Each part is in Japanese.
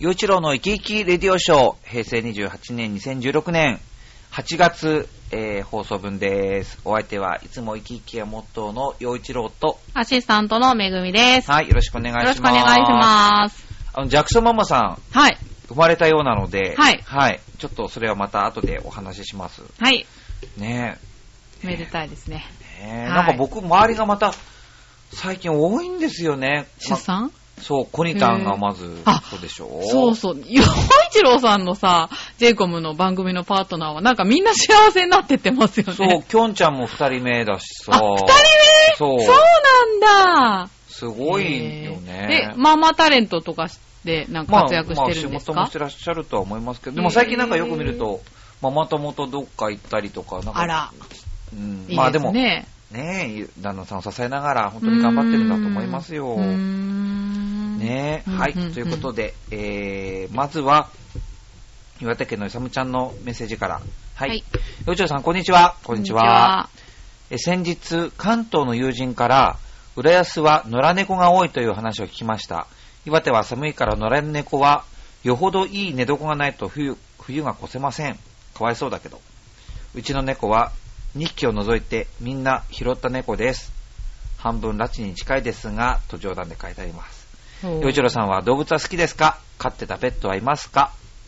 陽一郎の生き生きレディオショー、平成28年2016年8月、放送分です。お相手はいつも生き生きがモットーの陽一郎とアシスタントのめぐみです。 はい、よろしくお願いします。 よろしくお願いします。 ジャクソンママさん、 はい、 生まれたようなので、 はい、 はい、ちょっとそれはまた後でお話しします。 はい。 ねえ。めでたいですね。 なんか僕、周りがまた最近多いんですよね。 出産？ そう、コニタンがまず、そうでしょう。 そうそう。陽一郎さんのさ、J-COM の番組のパートナーはなんかみんな幸せになってってますよね。 そう、きょんちゃんも2人目だしさ。 あ、2人目？そうなんだ。 すごいよね。 で、ママタレントとかでなんか活躍してるんですか？ まあ仕事もしてらっしゃるとは思いますけど、でも最近なんかよく見ると、ママ友とどっか行ったりとか、なんか。 あら。 うん、 いいですね。 まあでも、ねえ、旦那さんを支えながら本当に頑張ってるんだと思いますよ。ねえ、はい、ということで、まずは、岩手県のいさむちゃんのメッセージから。はい。よちろさん、こんにちは。こんにちは。先日、関東の友人から、浦安は野良猫が多いという話を聞きました。岩手は寒いから野良猫は、よほどいい寝床がないと冬が越せません。かわいそうだけど。うちの猫は、2匹を除いてみんな拾った猫です。半分拉致に近いですが、と冗談で書いてあります。よいちろさんは動物は好きですか？飼ってたペットはいますか？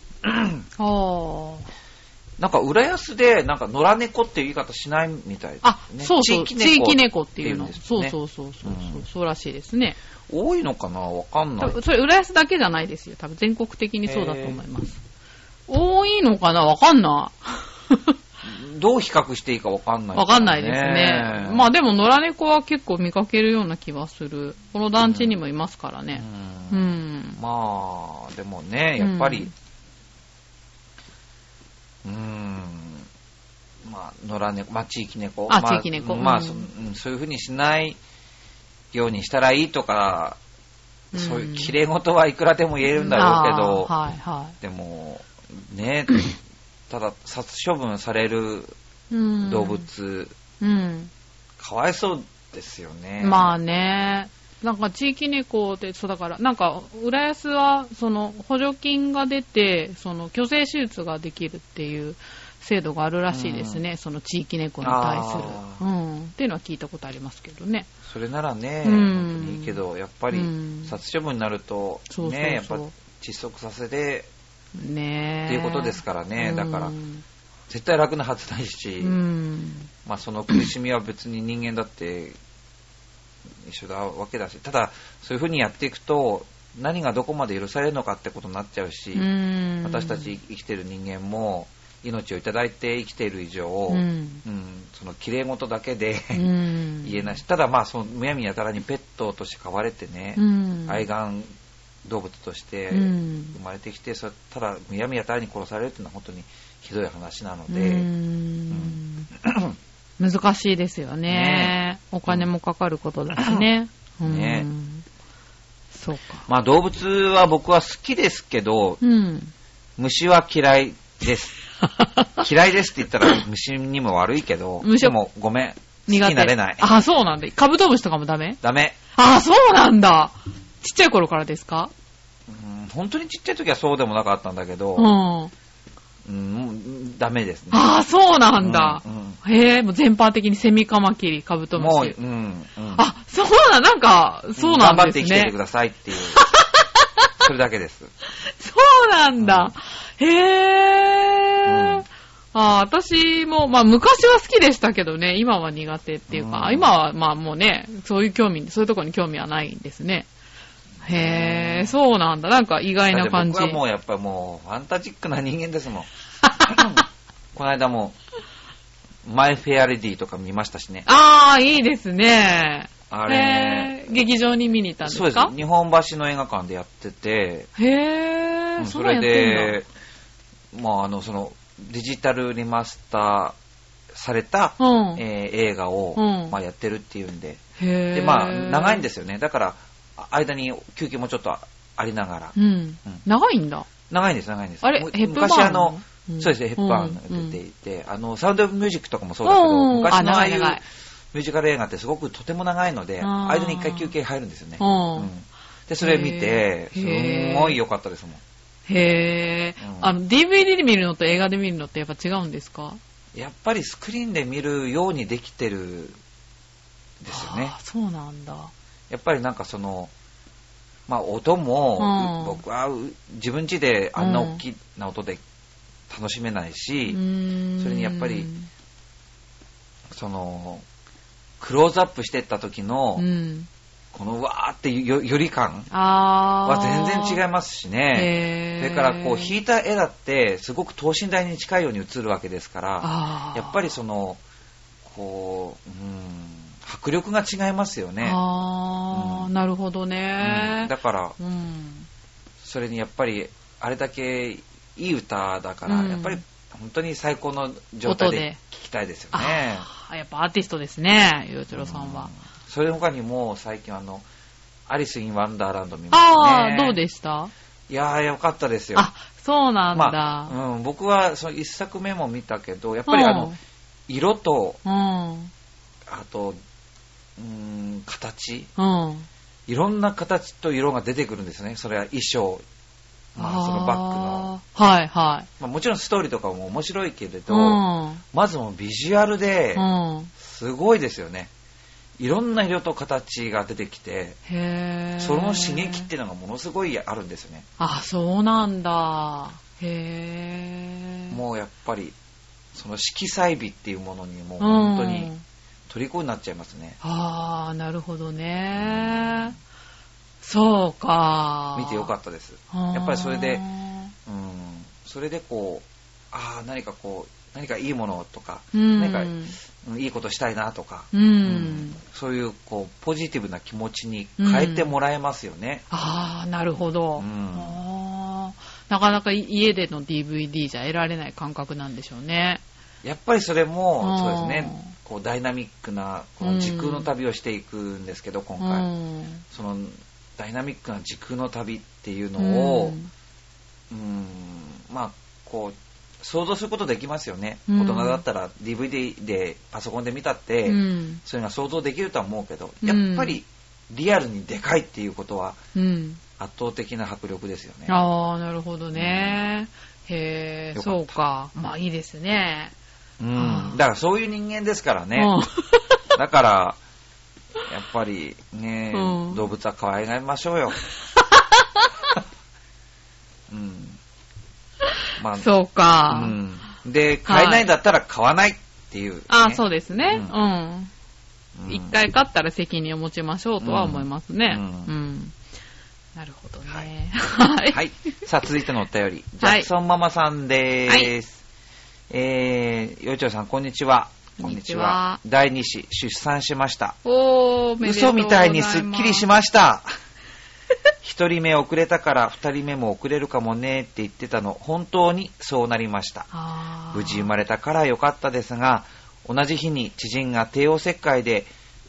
なんか浦安でなんか野良猫っていう言い方しないみたいですね。 あ、そうそう、地域猫っていうの。そう、そうらしいですね。 多いのかな、わかんない。 それ浦安だけじゃないですよ。多分全国的にそうだと思います。多いのかな、わかんない。 どう比較していいかわかんない、ね。 わかんないですね。まあでも野良猫は結構見かけるような気はする。この団地にもいますからね。 まあでもね、やっぱり、まあ野良猫、まあ地域猫、 地域猫、 まあそういう風にしないようにしたらいいとか、そういう綺麗事はいくらでも言えるんだろうけど、でもね。ただ殺処分される動物、かわいそうですよね。 まあね、なんか地域猫で、そうだからなんか浦安はその補助金が出てその去勢手術ができるっていう制度があるらしいですね。その地域猫に対するっていうのは聞いたことありますけどね。 それならね、本当にいいけど、やっぱり殺処分になるとね、やっぱ窒息させてね、 っていうことですからね。だから絶対楽なはずないし、まあその苦しみは別に人間だって一緒だわけだし、ただそういう風にやっていくと何がどこまで許されるのかってことになっちゃうし、私たち生きてる人間も命をいただいて生きている以上、その綺麗事だけで言えないし、ただまあそのむやみやたらにペットとして飼われてね、愛玩動物として生まれてきて、ただむやみやたらに殺されるっていうのは本当にひどい話なので、 難しいですよね。お金もかかることだしね。そうか。 まあ動物は僕は好きですけど、虫は嫌いです。嫌いですって言ったら虫にも悪いけど、でもごめん、好きになれない。 あ、そうなんだ。カブトムシとかもダメ？ ダメ。 あ、そうなんだ。ちっちゃい頃からですか？ 本当にちっちゃい時はそうでもなかったんだけど、ダメですね。 ああ、そうなんだ。へえ、もう全般的にセミカマキリ、カブトムシ。あ、そうなんか、そうなんですね。 頑張って生きててくださいっていう。それだけです。 そうなんだ。へえ。私も、まあ昔は好きでしたけどね、今は苦手っていうか、今はまあもうね、そういうところに興味はないんですね。へえ、そうなんだ。なんか意外な感じ。 僕はもうやっぱもうファンタジックな人間ですもん。この間もマイ・フェア・レディとか見ましたしね。 ああ、いいですね。 あれ、 劇場に見に行ったんですか？ そうです。日本橋の映画館でやってて、 へえ、 それで、まあそのデジタルリマスターされた、映画を、まあ、やってるっていうんで、でまあ長いんですよね。だから間に休憩もちょっとありながら。 長いんだ。 長いんです。あれ、ヘップバーン？ 昔そうですね、ヘップバーン出ていて、サウンドオブミュージックとかもそうだけど、昔のああいうミュージカル映画ってすごくとても長いので、間に一回休憩入るんですよね。で、それ見て、すんごい良かったですもん。 へぇ、DVD で見るのと映画で見るのってやっぱ違うんですか？ やっぱりスクリーンで見るようにできてるですよね。 そうなんだ。 やっぱりなんか音も、僕は自分家であんな大きな音で楽しめないし、それにやっぱりクローズアップしていった時の、このわーってより感は全然違いますしね。それから引いた絵だってすごく等身大に近いように映るわけですから、やっぱり迫力が違いますよね。 なるほどね。 だから、それにやっぱりあれだけいい歌だから、やっぱり本当に最高の状態で聴きたいですよね。 やっぱアーティストですね、陽一郎さんは。 それの他にも最近アリス・イン・ワンダーランド見ましたね。 どうでした？ いやー、よかったですよ。 そうなんだ。 僕はその一作目も見たけど、やっぱり色と、あと形、いろんな形と色が出てくるんですね。それは衣装、そのバッグの。 はいはい。 もちろんストーリーとかも面白いけれど、まずもうビジュアルで、すごいですよね。いろんな色と形が出てきて、その刺激っていうのがものすごいあるんですよね。 そうなんだ。 もうやっぱりその色彩美っていうものにもう本当に虜になっちゃいますね。 なるほどね。そうか。 見てよかったです。やっぱりそれで、何かいいものとか、何かいいことしたいなとか、そういうポジティブな気持ちに変えてもらえますよね。 なるほど。なかなか家での DVD じゃ得られない感覚なんでしょうね。 やっぱりそれもそうですね。ダイナミックな時空の旅をしていくんですけど、今回そのダイナミックな時空の旅っていうのを、想像することできますよね。大人だったら DVD でパソコンで見たって、それが想像できるとは思うけど、やっぱりリアルにでかいっていうことは圧倒的な迫力ですよね。 なるほどね。そうか。いいですね。 だからそういう人間ですからね。だからやっぱりね、動物は可愛がりましょうよ。 そうか。 で、買えないんだったら買わないっていう、 そうですね。一回買ったら責任を持ちましょうとは思いますね。なるほどね。 はい。さあ、続いてのお便り。ジャクソンママさんです。よいちょうさん、こんにちは。こんにちは。第2子、出産しました。嘘みたいにすっきりしました。1人目遅れたから2人目も遅れるかもねって言ってたの、本当にそうなりました。無事生まれたからよかったですが、同じ日に知人が帝王切開で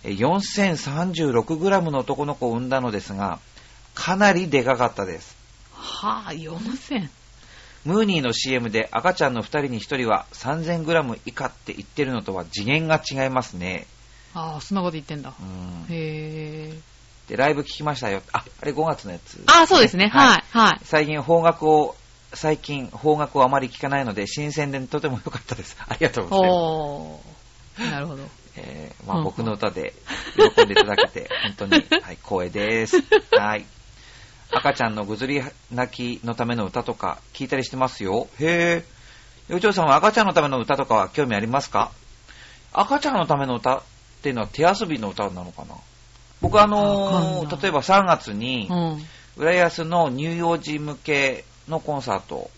4036g の男の子を産んだのですが、かなりでかかったです。 4000。 ムーニーの CM で赤ちゃんの2人に1人は 3000g 以下って言ってるのとは次元が違いますね。 そんなこと言ってんだ。 で、ライブ聞きましたよ。あれ5月のやつ。 そうですね。はい。 最近邦楽をあまり聞かないので新鮮でとても良かったです。ありがとうございます。なるほど。 僕の歌で喜んでいただけて本当に、光栄です。はい。赤ちゃんのぐずり泣きのための歌とか聞いたりしてますよ。よいちょうさんは赤ちゃんのための歌とかは興味ありますか？赤ちゃんのための歌っていうのは手遊びの歌なのかな？僕例えば3月に、浦安の乳幼児向けのコンサート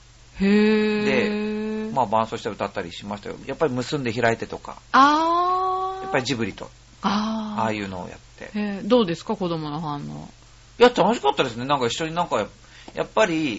で、伴奏して歌ったりしましたよ。やっぱり結んで開いてとか、やっぱりジブリと、ああいうのをやって。 どうですか、子供の反応？ いや、楽しかったですね。なんか一緒にやっぱり、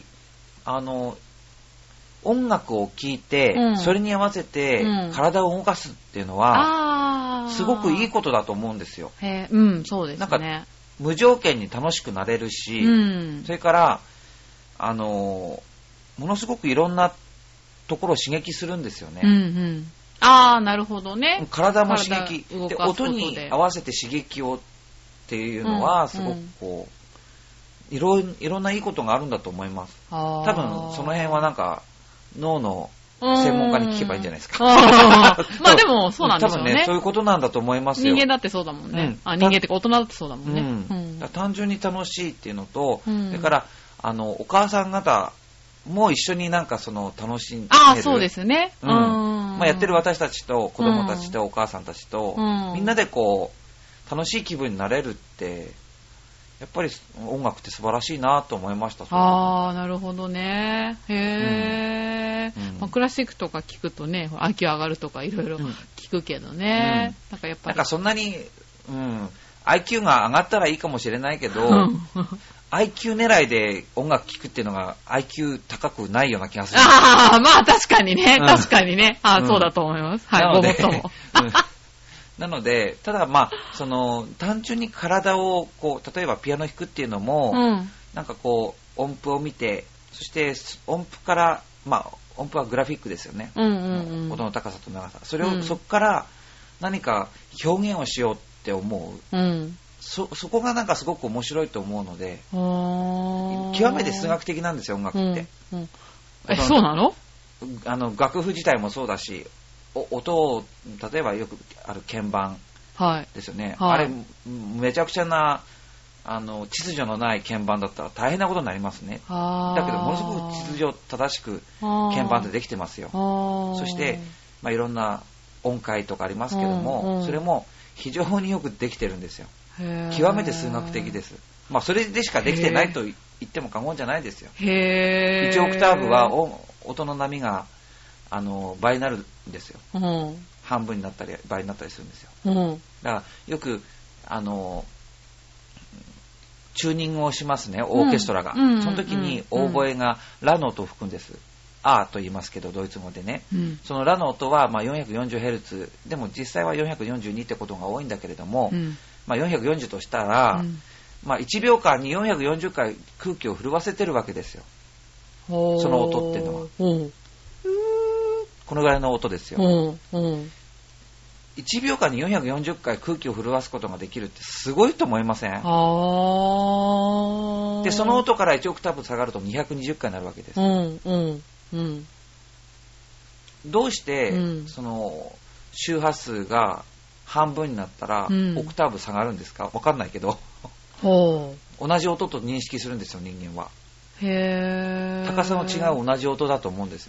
音楽を聴いて、それに合わせて体を動かすっていうのは、すごくいいことだと思うんですよ。 そうですね。 なんか無条件に楽しくなれるし、それからものすごくいろんなところを刺激するんですよね。 なるほどね。 体も刺激で、音に合わせて刺激をっていうのはすごくいろんないいことがあるんだと思います。多分その辺はなんか脳の専門家に聞けばいいんじゃないですか。 まあでもそうなんでしょうね。 多分ね、そういうことなんだと思いますよ。 人間だってそうだもんね。人間ってか大人だってそうだもんね。 単純に楽しいっていうのと、それからお母さん方も一緒になんかその楽しんでる。 そうですね。 まあやってる私たちと子供たちとお母さんたちと、みんなでこう楽しい気分になれるって。やっぱり音楽って素晴らしいなと思いました。 なるほどね。へー。クラシックとか聞くとね、IQ 上がるとかいろいろ聞くけどね。なんかやっぱり。なんかそんなに、IQ が上がったらいいかもしれないけど、IQ 狙いで音楽聴くっていうのが IQ 高くないような気がする。 まあ確かにね。確かにね。そうだと思います。はい、ごもっとも。 なので、ただまあ、単純に体を、こう、例えばピアノ弾くっていうのも、なんかこう、音符を見て、そして音符から、まあ、音符はグラフィックですよね。音の高さと長さ。そこから何か表現をしようって思う。そこがなんかすごく面白いと思うので、極めて数学的なんですよ、音楽って。 そうなの？ 楽譜自体もそうだし、音を例えばよくある鍵盤ですよね、あれめちゃくちゃな秩序のない鍵盤だったら大変なことになりますね。だけどものすごく秩序正しく鍵盤ってできてますよ。そして、まあ、いろんな音階とかありますけども、それも非常によくできてるんですよ。極めて数学的です。まあそれでしかできてないと言っても過言じゃないですよ。1オクターブは音の波が倍になるんですよ。半分になったり倍になったりするんですよ。だからよくチューニングをしますね、オーケストラが。その時にオーボエがラの音を吹くんです。と言いますけどドイツ語でね、そのラの音はまあ 440Hz でも実際は442ってことが多いんだけれども、まあ、440としたら、まあ、1秒間に440回空気を震わせてるわけですよ。その音っていうのは。このぐらいの音ですよ。1秒間に440回空気を震わすことができるってすごいと思いません？で、その音から1オクターブ下がると220回になるわけです。どうして、その周波数が半分になったら、オクターブ下がるんですか？わかんないけど同じ音と認識するんですよ、人間は。高さの違う同じ音だと思うんですよ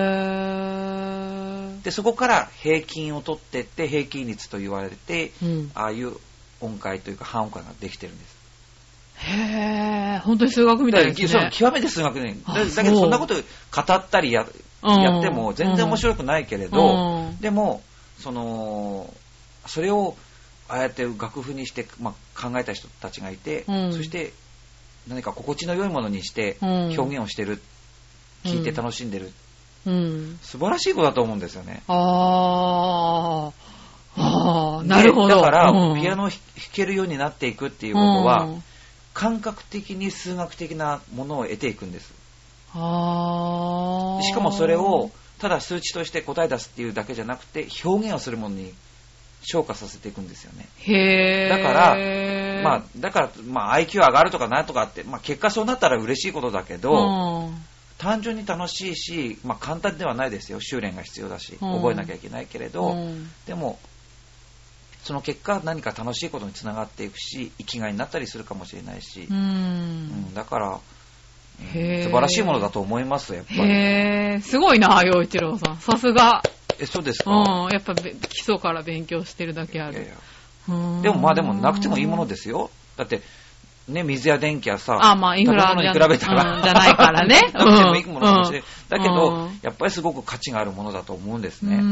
ね。でそこから平均を取ってって平均率と言われて、ああいう音階というか半音階ができてるんです。 本当に数学みたいですね。 極めて数学ね。だけどそんなこと語ったりやっても全然面白くないけれど、でもそれをああやって楽譜にして、まあ、考えた人たちがいて、そして何か心地の良いものにして表現をしてる、聞いて楽しんでる、素晴らしいことだと思うんですよね。なるほど。 だから、ピアノを弾けるようになっていくっていうことは、感覚的に数学的なものを得ていくんです。しかもそれをただ数値として答え出すっていうだけじゃなくて表現をするものに昇華させていくんですよね。だからまあ IQ 上がるとかなんとかって、まあ、結果そうなったら嬉しいことだけど、単純に楽しいし、まあ、簡単ではないですよ。修練が必要だし覚えなきゃいけないけれど、でもその結果何か楽しいことにつながっていくし生きがいになったりするかもしれないし、だから素晴らしいものだと思います。やっぱりすごいな、陽一郎さん、さすが。 そうですか。 やっぱ基礎から勉強してるだけある。 でもでもなくてもいいものですよ。だってね、水や電気はさ、 まあインフラに比べたらじゃないからね。 なくてもいいものかもしれない。だけどやっぱりすごく価値があるものだと思うんですね。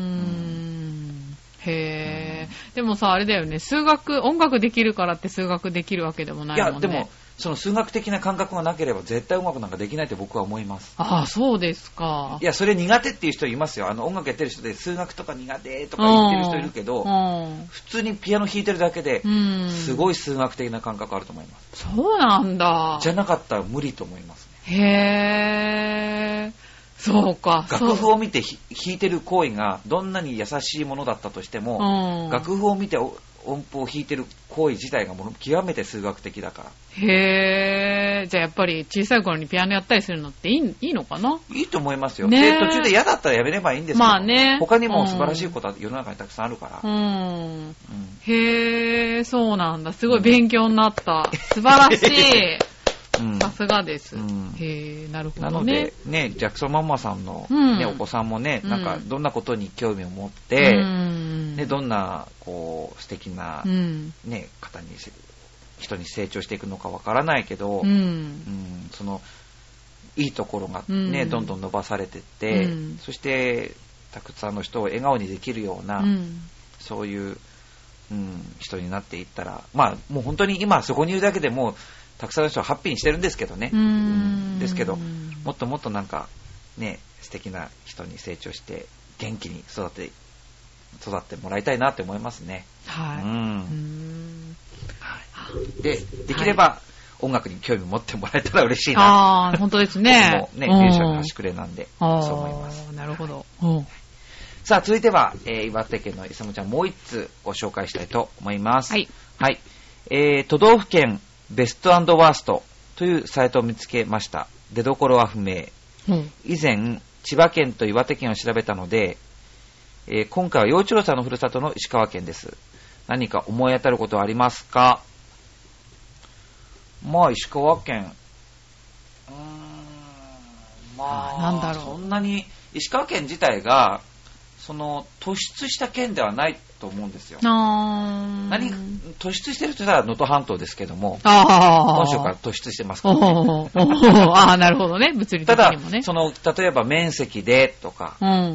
でもさ、あれだよね、音楽できるからって数学できるわけでもないもんね。 いやでもその数学的な感覚がなければ絶対音楽なんかできないと僕は思います。 そうですか。 いや、それ苦手っていう人いますよ。音楽やってる人で数学とか苦手とか言ってる人いるけど、普通にピアノ弾いてるだけですごい数学的な感覚あると思います。 そうなんだ。 じゃなかったら無理と思いますね。 そうか。 楽譜を見て弾いてる行為がどんなに優しいものだったとしても、楽譜を見て音符を弾いてる行為自体が極めて数学的だから。 じゃあやっぱり小さい頃にピアノやったりするのっていいのかな？ いいと思いますよ。 ね、 で、途中で嫌だったらやめればいいんですけど、 まあね、 他にも素晴らしいことは世の中にたくさんあるから。 へー、そうなんだ。すごい勉強になった。素晴らしい。さすがです。へー、なるほどね。なので、 ね、ジャクソンママさんの、ね、お子さんもね、なんかどんなことに興味を持って、ね、どんな、こう、素敵な、ね、人に成長していくのかわからないけど、その、いいところがね、どんどん伸ばされてって、そして、たくさんの人を笑顔にできるような、そういう、人になっていったら、まあ、もう本当に今そこにいるだけでもう、たくさんの人はハッピーにしてるんですけどね。ですけど、もっともっとなんか、ね、素敵な人に成長して、元気に育ってもらいたいなって思いますね。 はい。 できれば、音楽に興味持ってもらえたら嬉しいな。 本当ですね。 僕もね、ミュージシャンの端くれなんで、そう思います。 なるほど。 さあ、続いては、岩手県のいさむちゃんもう一つご紹介したいと思います。はい。はい。都道府県ベスト&ワーストというサイトを見つけました。出どころは不明。以前、千葉県と岩手県を調べたので、今回は陽一郎さんのふるさとの石川県です。何か思い当たることはありますか？まあ、石川県。まあ、 なんだろう。 そんなに、石川県自体が、突出した県ではないと思うんですよ。突出してると言ったら能登半島ですけども、本州から突出してますからね。 なるほどね、物理的にもね。 ただ、例えば面積でとか、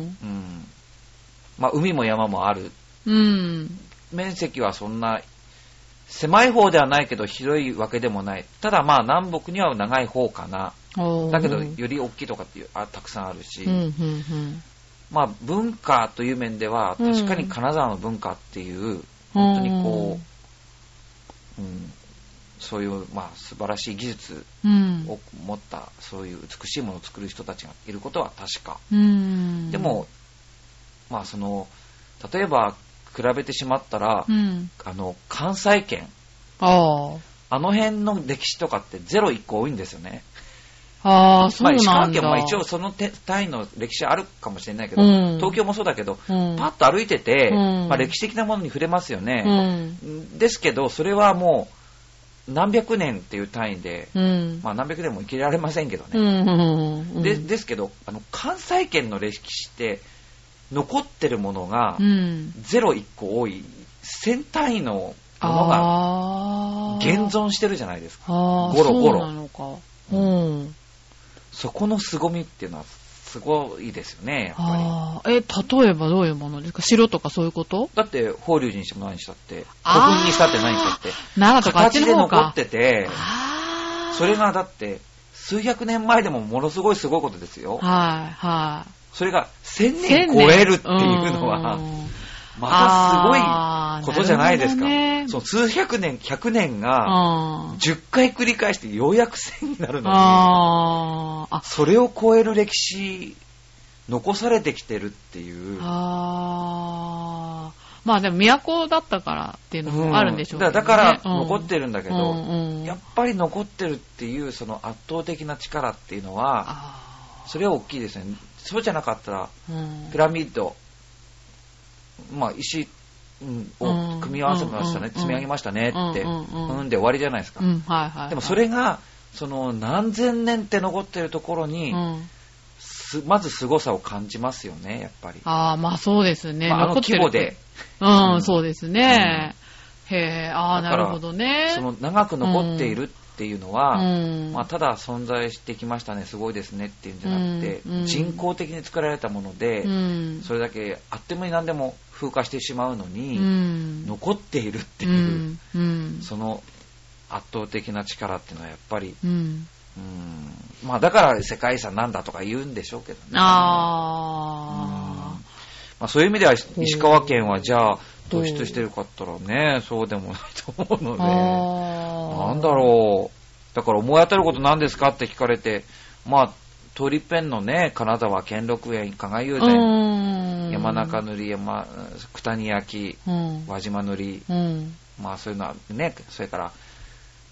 まあ、海も山もある。面積はそんな、狭い方ではないけど広いわけでもない。ただまあ南北には長い方かな。だけどより大きいとかってたくさんあるし、まあ文化という面では確かに金沢の文化っていう本当にこう、そういうまあ素晴らしい技術を持ったそういう美しいものを作る人たちがいることは確か。でもまあ例えば比べてしまったら、関西圏、あの辺の歴史とかって0-1個多いんですよね。 そうなんだ。 まあ、石川県も一応その単位の歴史あるかもしれないけど、東京もそうだけど、パッと歩いてて、まあ、歴史的なものに触れますよね。ですけど、それはもう何百年っていう単位で、まあ、何百年も生きられませんけどね。ですけど、関西圏の歴史って、残ってるものが0-1個多い1000単位のものが現存してるじゃないですか。ゴロゴロ。そうなのか。そこの凄みっていうのはすごいですよね、やっぱり。 例えばどういうものですか？城とかそういうこと？ だって法隆寺にしても何したって古墳にしたって何したって奈良とかあっちの方か形で残ってて、それがだって数百年前でもものすごいすごいことですよ。それが1000年超えるっていうのは、またすごいことじゃないですか。そう数百年、100年が10回繰り返してようやく1000になるのに、それを超える歴史、残されてきてるっていう。まあでも都だったからっていうのもあるんでしょうけどね。 だから残ってるんだけど、やっぱり残ってるっていうその圧倒的な力っていうのは、それは大きいですね。そうじゃなかったら、ピラミッド、まあ、石を組み合わせましたね、積み上げましたねって、で終わりじゃないですか。でもそれが、何千年って残ってるところに、まず凄さを感じますよね、やっぱり。まあそうですね。 まあ、規模で。 そうですね。なるほどね。 長く残っているっていうのは、まあ、ただ存在してきましたね、すごいですねっていうんじゃなくて、人工的に作られたもので、それだけあっという間に何でも風化してしまうのに、残っているっていう、その圧倒的な力っていうのはやっぱり、まあ、だから世界遺産なんだとか言うんでしょうけどね。まあ、そういう意味では石川県はじゃあ突出してるかったらね、そうでもないと思うので、なんだろう。だから思い当たること何ですかって聞かれて、まあ、通りっぺんのね、金沢、兼六園、加賀友禅、山中塗り、九谷焼、輪島塗り、まあそういうのはね、それから、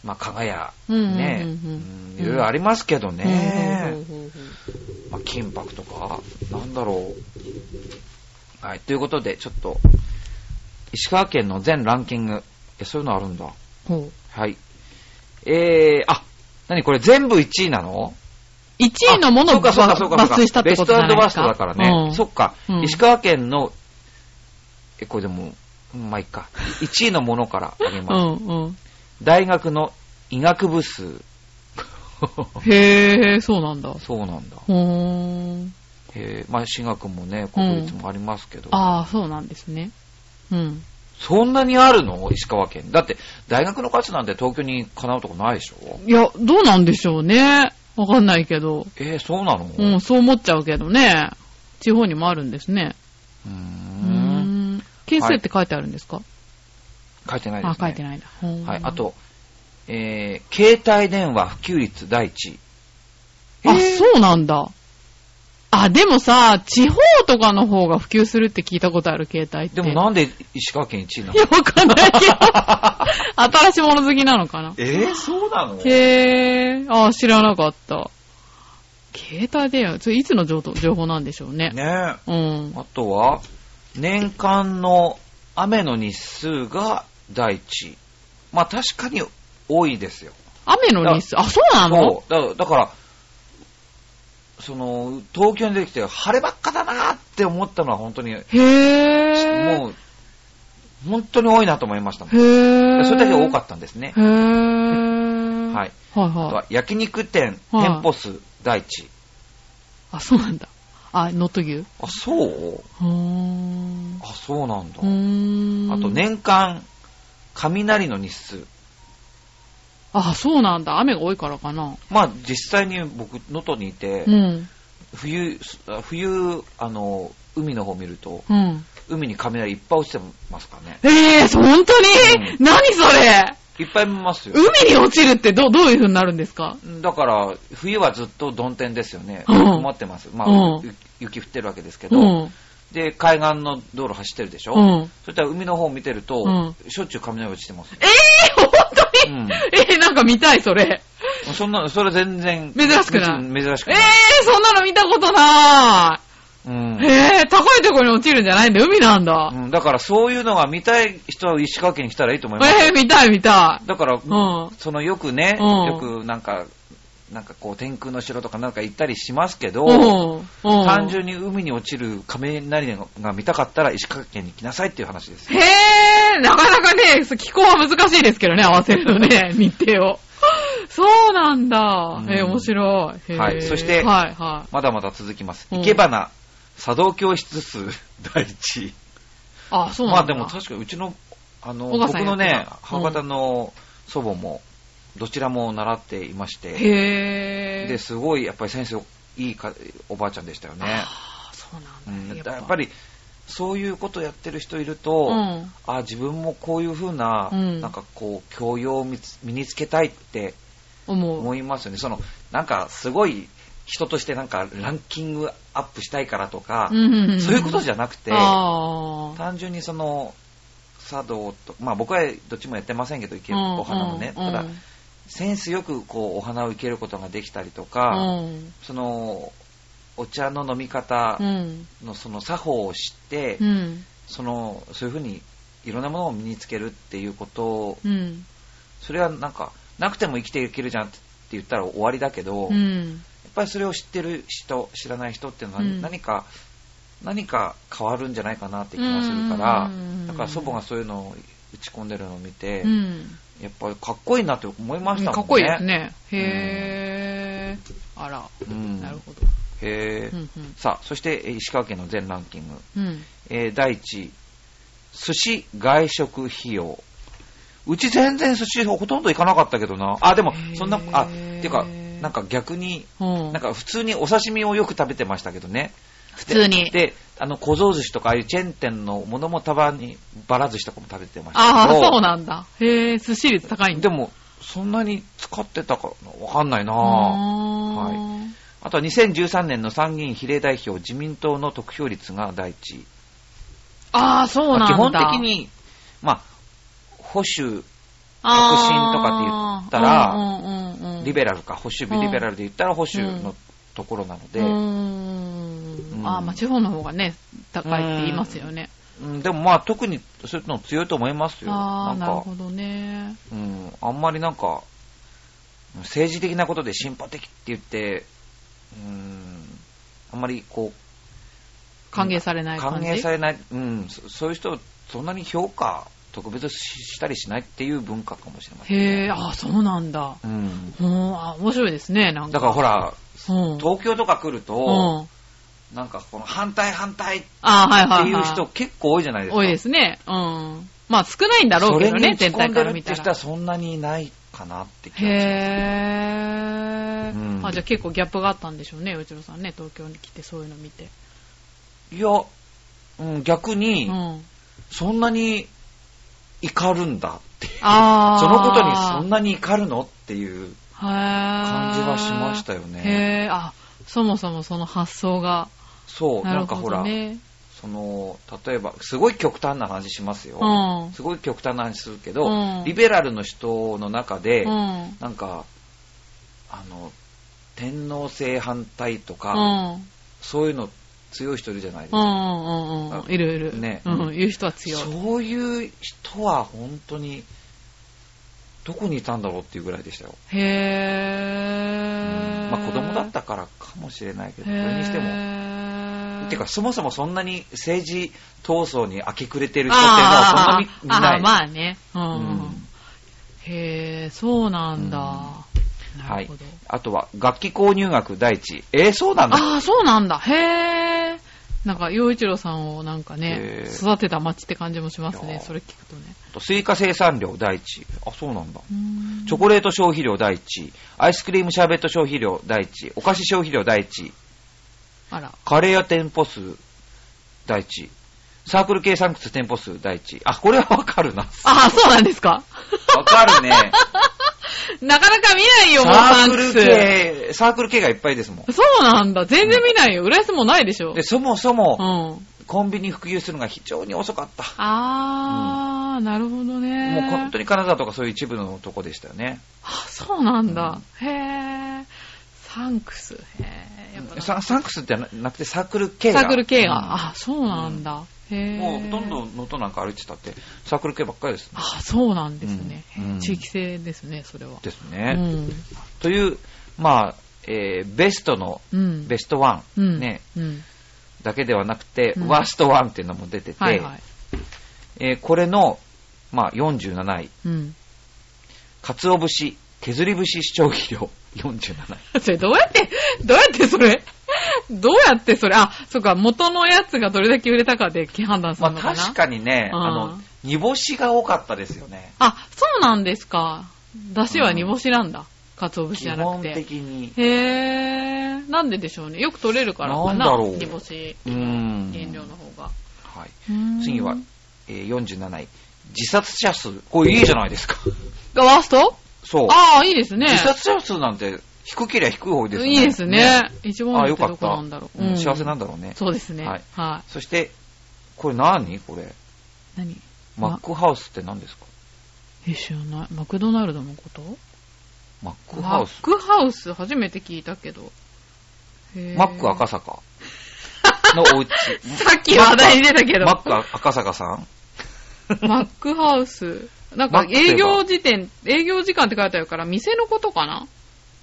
まあ、加賀屋、ね、いろいろありますけどね。まあ、金箔とか、なんだろう。はい、ということで、ちょっと、石川県の全ランキング、そういうのあるんだ。はい。何これ全部1位なの ？1位のものを抜粋したってことじゃないですか。ベスト&ワーストだからね。そっか。石川県の、これでも、まあ、いいか。1位のものからあげます。大学の医学部数。 へぇー、そうなんだ。 そうなんだ。まあ、私学もね、国立もありますけど。 ああ、そうなんですね。 そんなにあるの？石川県。だって、大学の数なんて東京にかなうとこないでしょ？ いや、どうなんでしょうね。わかんないけど。 そうなの？ そう思っちゃうけどね。地方にもあるんですね。件数って書いてあるんですか？ 書いてないですね。 書いてないんだ。 はい。あと、携帯電話普及率第一位。 そうなんだ。でもさ、地方とかの方が普及するって聞いたことある、携帯って。 でもなんで石川県1位なの？ いや、わかんないけど。新しいもの好きなのかな？ そうなの？ 知らなかった。携帯電話、それいつの情報なんでしょうね。 ねえ。あとは、年間の雨の日数が第一位。まあ確かに多いですよ。 雨の日数？そうなの？ だから、東京に出てきて晴ればっかだなって思ったのは本当に、もう、本当に多いなと思いましたもん。それだけ多かったんですね。はい。あとは、焼肉店、店舗数第一位。 そうなんだ。能登牛？ そう？そうなんだ。あと、年間、雷の日数。 そうなんだ。雨が多いからかな。 まあ、実際に僕、能登にいて、冬、海の方見ると、海に雷いっぱい落ちてますからね。 本当に？何それ？ いっぱい見ますよ。 海に落ちるってどういう風になるんですか？ だから、冬はずっと曇天ですよね。困ってます。まあ、雪降ってるわけですけど、で、海岸の道路走ってるでしょ？そしたら海の方を見てると、しょっちゅう雷落ちてます。 本当に？なんか見たい、それ。 それ全然。 珍しくない？ 珍しくない。 そんなの見たことない。高いところに落ちるんじゃないんだ。海なんだ。 だからそういうのが見たい人は石川県に来たらいいと思います。 見たい。だから、よくね、よくなんかこう天空の城とかなんか行ったりしますけど、単純に海に落ちる雷が見たかったら石川県に来なさいっていう話です。 なかなかね、気候は難しいですけどね、合わせるのね、日程を。そうなんだ。面白い。 はい。そして、まだまだ続きます。生け花、茶道教室数第一位。 そうなんだ。 まあでも確かうちの、僕のね、母方の祖母も、どちらも習っていまして、で、すごいやっぱり先生、いいおばあちゃんでしたよね。 そうなんだ。 やっぱり、そういうことやってる人いると、自分もこういう風な、なんかこう、教養を身につけたいって思いますよね。なんかすごい人としてなんかランキングアップしたいからとか、そういうことじゃなくて、単純に茶道と、まあ僕はどっちもやってませんけど、お花のね、ただ、センスよくこうお花を生けることができたりとか、お茶の飲み方の作法を知って、そういうふうにいろんなものを身につけるっていうことを、それはなんかなくても生きていけるじゃんって言ったら終わりだけど、やっぱりそれを知ってる人、知らない人っていうのは何か変わるんじゃないかなって気がするから、だから祖母がそういうのを打ち込んでるのを見て、やっぱりかっこいいなって思いましたもんね。 かっこいいですね。あら、なるほど。 さあ、そして石川県の全ランキング、第1位、寿司外食費用。うち全然寿司ほとんど行かなかったけどな。でもそんなっていうかなんか逆に、なんか普通にお刺身をよく食べてましたけどね。 普通に。 で、小僧寿司とかああいうチェーン店のものもたまにバラ寿司とかも食べてましたけど。 そうなんだ。寿司率高いんだ。 でもそんなに使ってたかわかんないな。はい。あとは2013年の参議院比例代表自民党の得票率が第一位。 そうなんだ。 基本的に保守革新とかって言ったら、リベラルか、保守リベラルで言ったら保守のところなので。 まあ地方の方がね、高いって言いますよね。 でもまあ特にそういうの強いと思いますよ。 なるほどね。 あんまりなんか、政治的なことで進歩的って言って、あんまりこう、 歓迎されない感じ。 歓迎されない、そういう人、そんなに評価、特別したりしないっていう文化かもしれませんね。 へぇ、そうなんだ。面白いですね、なんか。 だからほら、東京とか来ると、なんかこの反対っていう人結構多いじゃないですか。 多いですね。まあ少ないんだろうけどね、全体から見たら。 それに打ち込んでるって人はそんなにいないかなって気がします。 へぇ、じゃあ結構ギャップがあったんでしょうね、内野さんね、東京に来てそういうの見て。 いや、逆に、そんなに怒るんだっていう。そのことにそんなに怒るのっていう感じはしましたよね。 そもそもその発想が。 そう、なんかほら、例えば、すごい極端な話しますよ。すごい極端な話するけど、リベラルの人の中で、なんか、天皇制反対とか、そういうの強い人いるじゃないですか。 いる。ね。いう人は強い。 そういう人は本当に、どこにいたんだろうっていうぐらいでしたよ。まあ子供だったからかもしれないけど、それにしても。てか、そもそもそんなに政治闘争に明け暮れてる人っていうのはそんなに見ない。 まあね。へぇ、そうなんだ。 はい。あとは、楽器購入額第一。そうなんだ。 そうなんだ。へぇ。なんか、陽一郎さんをなんかね、育てた町って感じもしますね。それ聞くとね。 スイカ生産量第一。そうなんだ。チョコレート消費量第一。アイスクリームシャーベット消費量第一。お菓子消費量第一。カレー屋店舗数第一。サークル系サンクス店舗数第一。これはわかるな。 そうなんですか。 わかるね。 なかなか見ないよ、もうサンクス。 サークル系がいっぱいですもん。 そうなんだ。全然見ないよ。浦安もないでしょ。 で、そもそも、コンビニ普及するのが非常に遅かった。 なるほどね。 もう本当に金沢とかそういう一部のとこでしたよね。 そうなんだ。へぇ。サンクス。 サンクスってなくてサークル系が。 サークル系が。そうなんだ。 もうほとんど能登なんか歩いてたってサークル系ばっかりです、ね。 そうなんですね。地域性ですね、それは。 ですね。という、まあ、ベストの、ベストワン、ね、だけではなくて、ワーストワンっていうのも出てて、これの、まあ、47位。鰹節、削り節視聴費量47位。 それどうやってそれそうか、元のやつがどれだけ売れたかで判断するのかな。 確かにね、煮干しが多かったですよね。 そうなんですか。出汁は煮干しなんだ。鰹節じゃなくて。 基本的に。 なんででしょうね。よく取れるからかな。 なんだろう。 煮干し、原料の方が。 はい。次は、47位。自殺者数。これいいじゃないですか。 がワースト？ そう。 いいですね。 自殺者数なんて、低ければ低い方ですね。 いいですね。一番いいってどこなんだろう。 幸せなんだろうね。 そうですね。 はい。そして、これ何これ。 何？ マックハウスって何ですか？ 知らない。マクドナルドのこと？ マックハウス。 マックハウス初めて聞いたけど。 マック赤坂のお家。 さっき話題に出たけど。 マック赤坂さんマックハウス。なんか営業時間って書いてあるから店のことかな？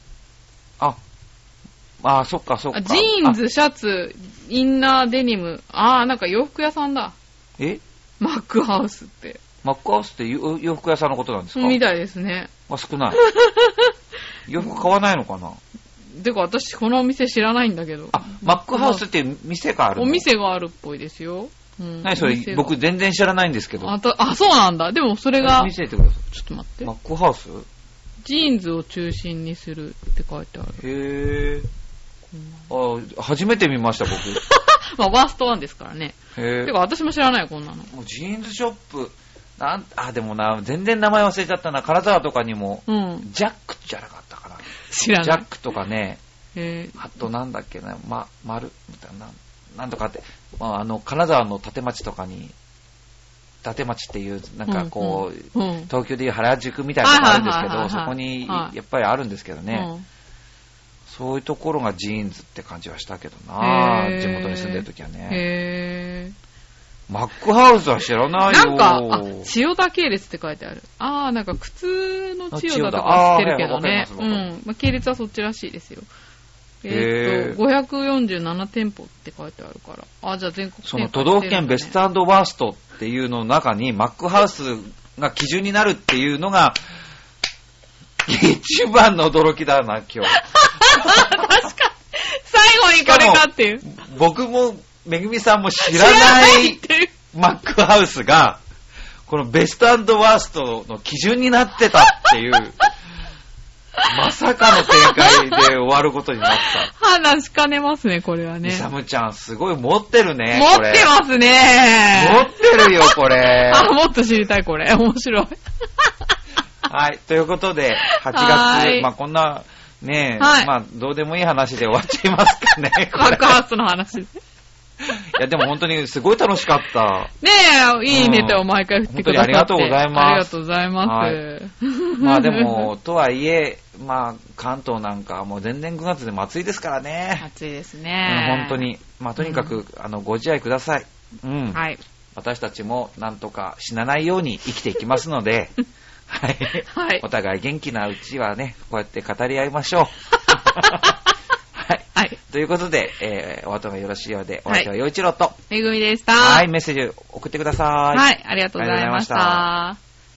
そっか。 ジーンズ、シャツ、インナー、デニム。なんか洋服屋さんだ。マックハウスって。 マックハウスって洋服屋さんのことなんですか？ みたいですね。 少ない。洋服買わないのかな？ てか私このお店知らないんだけど。 マックハウスっていう店があるの？ お店があるっぽいですよ。 何それ、僕全然知らないんですけど。 そうなんだ。でもそれが。 見せてください。 ちょっと待って。 マックハウス？ ジーンズを中心にするって書いてある。 初めて見ました、僕。 ワーストワンですからね。てか私も知らないよ、こんなの。 もうジーンズショップ、でもな、全然名前忘れちゃったな。金沢とかにも、ジャックじゃなかったかな。 知らない。 ジャックとかね、あとなんだっけな、丸みたいな、なんとかって、金沢の立町とかに、 立町っていう、なんかこう、 うんうん、 東京でいう原宿みたいなのがあるんですけど、そこにやっぱりあるんですけどね、そういうところがジーンズって感じはしたけどな、地元に住んでるときはね。マックハウスは知らないよ。 なんか、千代田系列って書いてある。なんか靴の千代田とか知ってるけどね。まあ、系列はそっちらしいですよ。547店舗って書いてあるから。じゃあ全国店舗、ね、 その都道府県ベスト&ワーストっていうのの中にマックハウスが基準になるっていうのが一番の驚きだな、今日。 確かに。最後にこれかっていう。 僕もめぐみさんも知らないマックハウスがこのベスト&ワーストの基準になってたっていうまさかの展開で終わることになった。 話しかねますね、これはね。 イサムちゃんすごい持ってるね。 持ってますね。 持ってるよこれ。 もっと知りたいこれ。面白い。 はい、ということで8月、まあこんなね、まあどうでもいい話で終わっちゃいますかね。 マックハウスの話。 いやでも本当にすごい楽しかった。 ねえ、いいネタを毎回振ってくださって、 本当にありがとうございます。 ありがとうございます。はい、 まあでもとはいえ、まあ関東なんかもう全然9月でも暑いですからね。 暑いですね。 本当に、まあとにかく、ご自愛ください。 はい。 私たちもなんとか死なないように生きていきますので、はい。はい。お互い元気なうちはね、こうやって語り合いましょう。はい。ということで、お後がよろしいようで、お相手は陽一郎と、 めぐみでした。 はい、メッセージ送ってください。 はい、ありがとうございました。